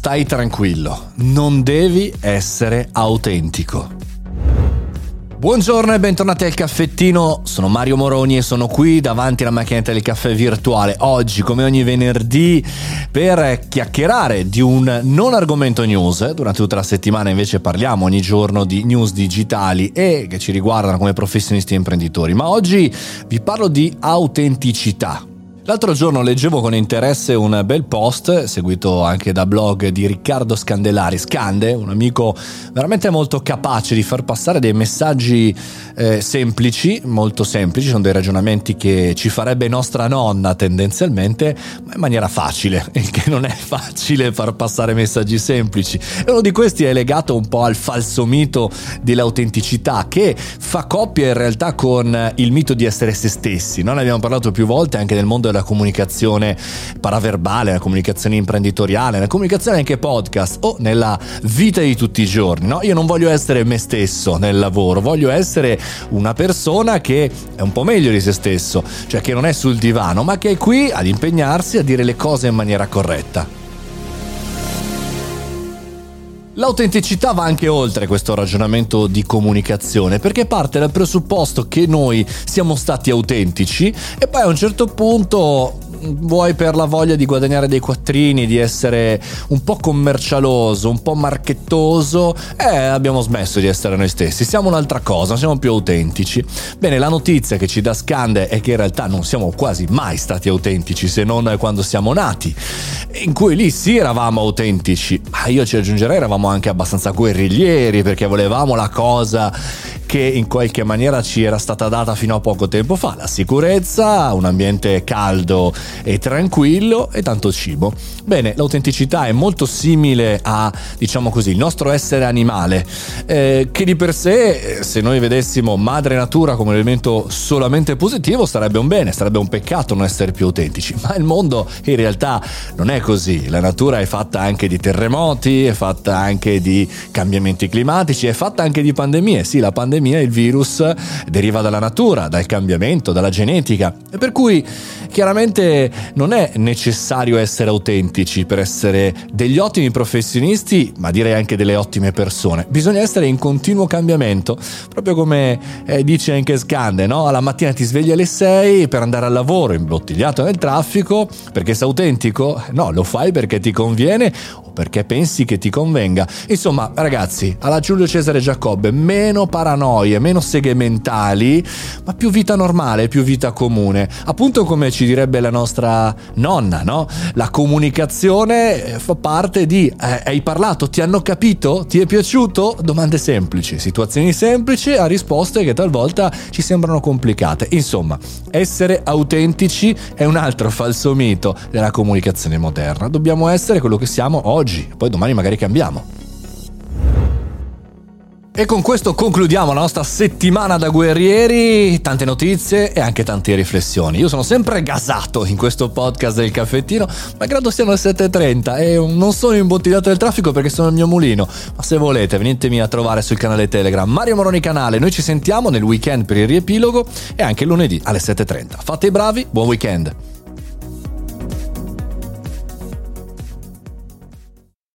stai tranquillo, non devi essere autentico. Buongiorno e bentornati al caffettino, sono Mario Moroni e sono qui davanti alla macchinetta del caffè virtuale oggi come ogni venerdì per chiacchierare di un non argomento news. Durante tutta la settimana invece parliamo ogni giorno di news digitali e che ci riguardano come professionisti e imprenditori, ma oggi vi parlo di autenticità. L'altro giorno leggevo con interesse un bel post, seguito anche da blog di Riccardo Scandelari, Scande, un amico veramente molto capace di far passare dei messaggi semplici, molto semplici, sono dei ragionamenti che ci farebbe nostra nonna tendenzialmente, ma in maniera facile, il che non è facile far passare messaggi semplici. E uno di questi è legato un po' al falso mito dell'autenticità, che fa coppia in realtà con il mito di essere se stessi. Noi ne abbiamo parlato più volte anche nel mondo della comunicazione paraverbale, la comunicazione imprenditoriale, la comunicazione anche podcast o nella vita di tutti i giorni, no? Io non voglio essere me stesso nel lavoro, voglio essere una persona che è un po' meglio di se stesso, cioè che non è sul divano, ma che è qui ad impegnarsi a dire le cose in maniera corretta. L'autenticità va anche oltre questo ragionamento di comunicazione, perché parte dal presupposto che noi siamo stati autentici e poi a un certo punto, vuoi per la voglia di guadagnare dei quattrini, di essere un po' commercialoso, un po' marchettoso, abbiamo smesso di essere noi stessi, siamo un'altra cosa, non siamo più autentici. Bene, la notizia che ci dà Scande è che in realtà non siamo quasi mai stati autentici, se non quando siamo nati, in cui lì sì eravamo autentici, ma io ci aggiungerei eravamo anche abbastanza guerriglieri, perché volevamo la cosa che in qualche maniera ci era stata data fino a poco tempo fa: la sicurezza, un ambiente caldo e tranquillo e tanto cibo. Bene, l'autenticità è molto simile a, diciamo così, il nostro essere animale, che di per sé, se noi vedessimo madre natura come un elemento solamente positivo, sarebbe un bene, sarebbe un peccato non essere più autentici, ma il mondo in realtà non è così. La natura è fatta anche di terremoti, è fatta anche di cambiamenti climatici, è fatta anche di pandemie. Sì, la pandemia, il virus, deriva dalla natura, dal cambiamento, dalla genetica, e per cui chiaramente non è necessario essere autentici per essere degli ottimi professionisti, ma direi anche delle ottime persone. Bisogna essere in continuo cambiamento, proprio come dice anche Scande, no? Alla mattina ti svegli alle 6 per andare al lavoro imbottigliato nel traffico perché sei autentico? No, lo fai perché ti conviene o perché pensi che ti convenga. Insomma, ragazzi, alla Giulio Cesare Giacobbe, meno paranoie, meno seghe mentali, ma più vita normale, più vita comune. Appunto, come ci direbbe la nostra nonna, no? La comunicazione fa parte di hai parlato, ti hanno capito, ti è piaciuto? Domande semplici, situazioni semplici a risposte che talvolta ci sembrano complicate. Insomma, essere autentici è un altro falso mito della comunicazione moderna. Dobbiamo essere quello che siamo oggi, poi domani magari cambiamo. E con questo concludiamo la nostra settimana da guerrieri, tante notizie e anche tante riflessioni. Io sono sempre gasato in questo podcast del caffettino, malgrado siano le 7:30 e non sono imbottigliato del traffico perché sono il mio mulino, ma se volete venitemi a trovare sul canale Telegram Mario Moroni Canale. Noi ci sentiamo nel weekend per il riepilogo e anche lunedì alle 7:30. Fate i bravi, buon weekend!